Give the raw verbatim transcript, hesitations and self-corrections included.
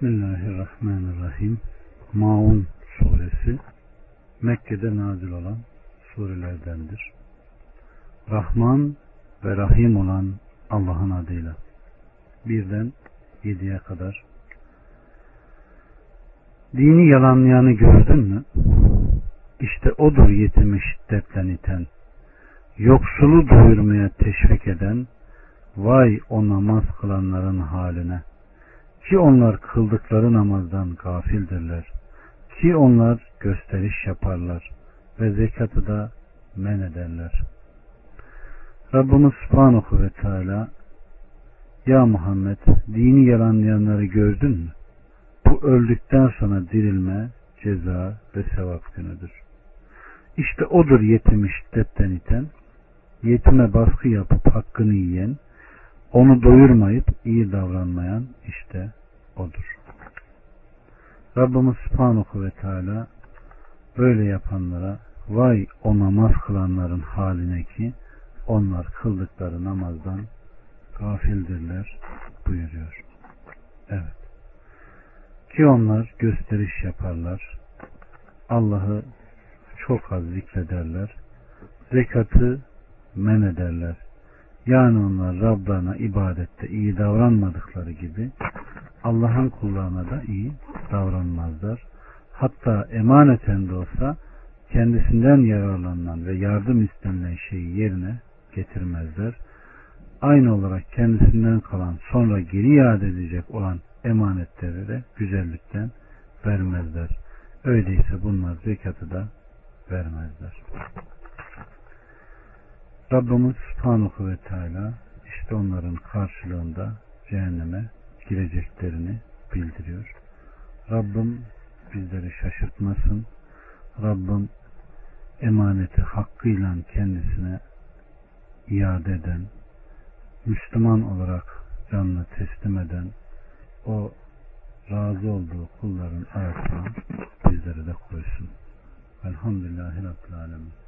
Bismillahirrahmanirrahim. Maun suresi Mekke'de nazil olan surelerdendir. Rahman ve Rahim olan Allah'ın adıyla. Birden yediye kadar. Dini yalanlayanı gördün mü? İşte odur yetimi şiddetle iten, yoksulu doyurmaya teşvik eden, vay o namaz kılanların haline. Ki onlar kıldıkları namazdan gafildirler. Ki onlar gösteriş yaparlar ve zekatı da men ederler. Rabbimiz Subhanahu ve Teala, ya Muhammed, dini yalanlayanları gördün mü? Bu öldükten sonra dirilme, ceza ve sevap günüdür. İşte odur yetimi şiddetten iten, yetime baskı yapıp hakkını yiyen, onu doyurmayıp iyi davranmayan işte odur. Rabbimiz Subhanahu ve Teala böyle yapanlara vay o namaz kılanların haline ki onlar kıldıkları namazdan gafildirler buyuruyor. Evet. Ki onlar gösteriş yaparlar. Allah'ı çok az zikrederler. Zekatı men ederler. Yani onlar Rablarına ibadette iyi davranmadıkları gibi Allah'ın kullarına da iyi davranmazlar. Hatta emaneten de olsa kendisinden yararlanan ve yardım istenilen şeyi yerine getirmezler. Aynı olarak kendisinden kalan sonra geri iade edecek olan emanetleri de güzellikten vermezler. Öyleyse bunlar zekatı da vermezler. Rabbimiz Subhanahu ve Teala işte onların karşılığında cehenneme gireceklerini bildiriyor. Rabbim bizleri şaşırtmasın. Rabbim emaneti hakkıyla kendisine iade eden, Müslüman olarak canını teslim eden, o razı olduğu kulların arasına bizleri de koysun. Elhamdülillahi Rabbil Alemin.